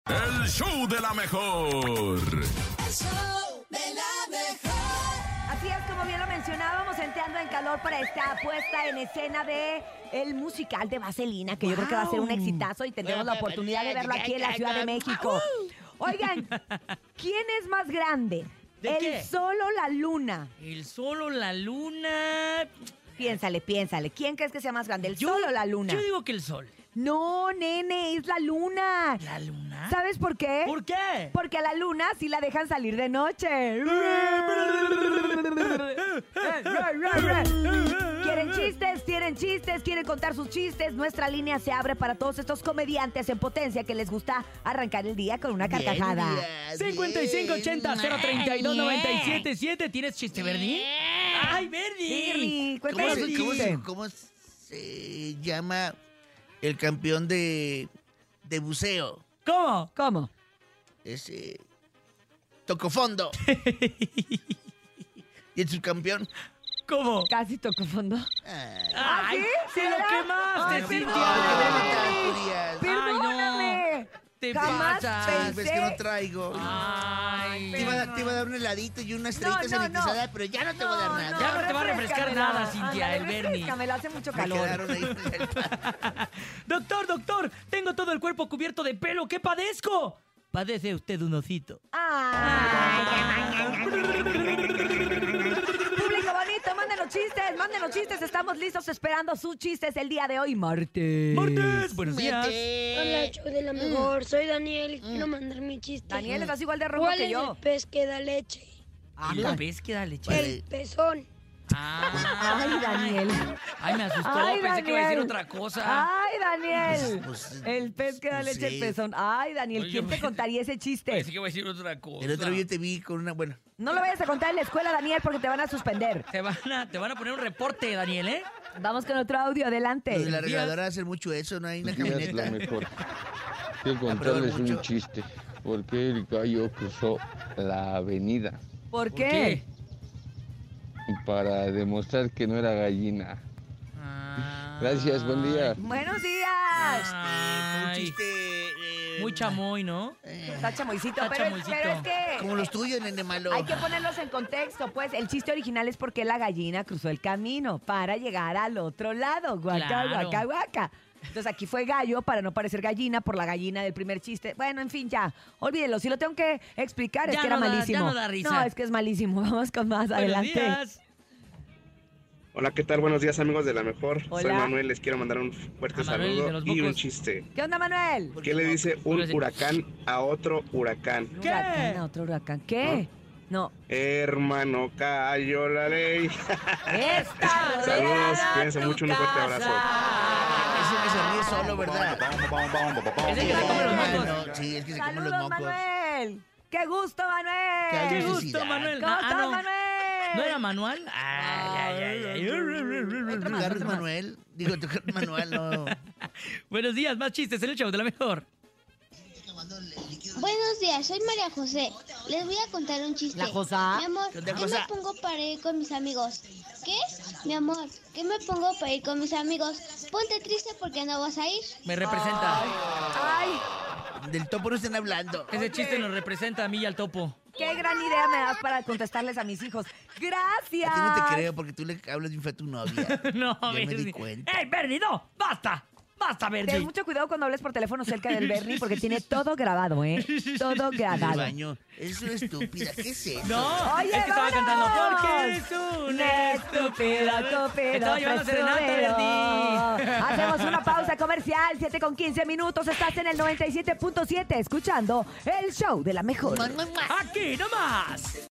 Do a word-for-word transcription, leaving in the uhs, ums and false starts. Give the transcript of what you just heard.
El show de la mejor. El show de la mejor. Así es, como bien lo mencionábamos, entrando en calor para esta puesta en escena de el musical de Vaselina, que yo creo que va a ser un exitazo y tendremos la oportunidad de verlo aquí en la Ciudad de México. Oigan, ¿quién es más grande? ¿De ¿El qué? sol o la luna? El sol o la luna. Piénsale, piénsale. ¿Quién crees que sea más grande, el Yo- sol o la luna? Yo digo que el sol. No, nene, es la luna. ¿La luna? ¿Sabes por qué? ¿Por qué? Porque a la luna sí la dejan salir de noche. ¿Quieren chistes? ¿Quieren chistes? ¿Quieren contar sus chistes? Nuestra línea se abre para todos estos comediantes en potencia que les gusta arrancar el día con una carcajada. cincuenta y cinco ochenta cero treinta y dos noventa y siete siete. ¿Tienes chiste, Verdi? ¡Ay, Verdi! Sí, ¿Cómo cuéntanos se, un cómo chiste. se- cómo se llama el campeón de, de buceo? ¿Cómo? ¿Cómo? Ese Tocofondo. ¿Y el subcampeón? ¿Cómo? Casi tocó fondo. Ah, ¡Ay! ¿sí? ¡Se lo ¿Será? quemaste, Ay, Cintia! perdóname. Ay, ¡Perdóname! Te Jamás pasas. pensé- ves que no traigo. Ay. Te iba, a dar, te iba a dar un heladito y una estrellita no, sanitizada, no. pero ya no te voy a dar No, nada. no, Ya no te va a refrescar refrescamela. nada, Cintia, Ándale, el Bernie. refrescamela, hace mucho Me calor. quedaron ahí. Doctor, doctor, tengo todo el cuerpo cubierto de pelo. ¿Qué padezco? Padece usted un osito. Ay. Público bonito, manden los chistes, manden los chistes. Estamos listos esperando sus chistes el día de hoy, martes. ¡Martes! Buenos días. Hola, show de la mejor. Soy Daniel y quiero mandar mi chiste. Daniel, estás igual de rojo ¿Cuál que es yo. el pez que da leche? ¿El pez que da leche? El pezón. Ah. Ay, Daniel. Ay, me asustó. Ay, Pensé que iba a decir Daniel. otra cosa. Ay, Daniel. Pues, El pez que da pues, leche, el sí. pezón. Ay, Daniel, Oye, ¿quién te pues, contaría ese chiste? Pensé que iba a decir otra cosa. El otro día te vi con una buena. No lo vayas a contar en la escuela, Daniel, porque te van a suspender. Te van, a, te van a poner un reporte, Daniel, ¿eh? Vamos con otro audio, adelante. Los de la días. regaladora hacen mucho eso, no hay una Buenos días, la camioneta. mejor. Quiero probar contarles mucho. un chiste. ¿Por qué el gallo cruzó la avenida? ¿Por ¿Por qué? Para demostrar que no era gallina. Ah. Gracias, buen día. Buenos días. Un Ay, chiste. eh, muy chamoy, ¿no? eh, Está chamoycito, Está pero, es- chamoycito. pero es que... como los tuyos, nene malo. Hay que ponerlos en contexto, pues. El chiste original es porque la gallina cruzó el camino para llegar al otro lado. Guaca, Claro. guaca, guaca. Entonces aquí fue gallo para no parecer gallina por la gallina del primer chiste. Bueno, en fin, ya. Olvídelo. Si lo tengo que explicar es Ya que era no da- ya malísimo. no da risa. No, es que es malísimo. Vamos con más adelante. Buenos días. Hola, ¿qué tal? Buenos días, amigos de La Mejor. Hola. Soy Manuel, les quiero mandar un fuerte A Manuel de saludo los y un Mocos. chiste. ¿Qué onda, Manuel? ¿Qué le dice un Hola, sí. huracán a otro huracán? Un ¿Qué? huracán, a otro huracán. ¿Qué? No. Hermano, cayó la ley. Esta Saludos, cuídense mucho, un fuerte abrazo. Ese que se ríe solo, ¿verdad? Es el que se come los mocos. No, sí, es que se come los Saludos, mocos. Manuel. ¡Qué gusto, Manuel! Qué ¡Qué necesidad. gusto, Manuel! ¿Cómo Ah, estás, no. Manuel? ¿No era Manuel? Ay, ay, ay, ay. Otro ¿Tu más, carro otro es más. Manuel? Digo, tu carro es Manuel, no. Buenos días, más chistes en el show de la mejor. Buenos días, soy María José. Les voy a contar un chiste. ¿La Josa? Mi amor, ¿Qué onda, ¿qué Josa? me pongo para ir con mis amigos? ¿Qué? Mi amor, ¿qué me pongo para ir con mis amigos? Ponte triste porque no vas a ir. Me representa. ¡Ay! Del topo no están hablando. Ese chiste nos representa a mí y al topo. ¡Qué gran idea me das para contestarles a mis hijos! ¡Gracias! A ti no te creo porque tú le hablas bien feo a tu novia. No, Ya me di Bernie. cuenta. ¡Ey, Bernie, no! ¡Basta! ¡Basta, Ten Bernie! mucho cuidado cuando hables por teléfono cerca del Bernie porque tiene todo grabado, ¿eh? Todo En el grabado. baño. Es una estúpida. ¿Qué es eso? No, Oye, es que estaba cantando vámonos. porque eres un Estúpido, estúpido, Estaba llevando serenata, presumero. Bernie. Hacemos una pausa comercial, siete con quince minutos. Estás en el noventa y siete punto siete escuchando el show de la mejor. Mua, mua, mua. Aquí nomás.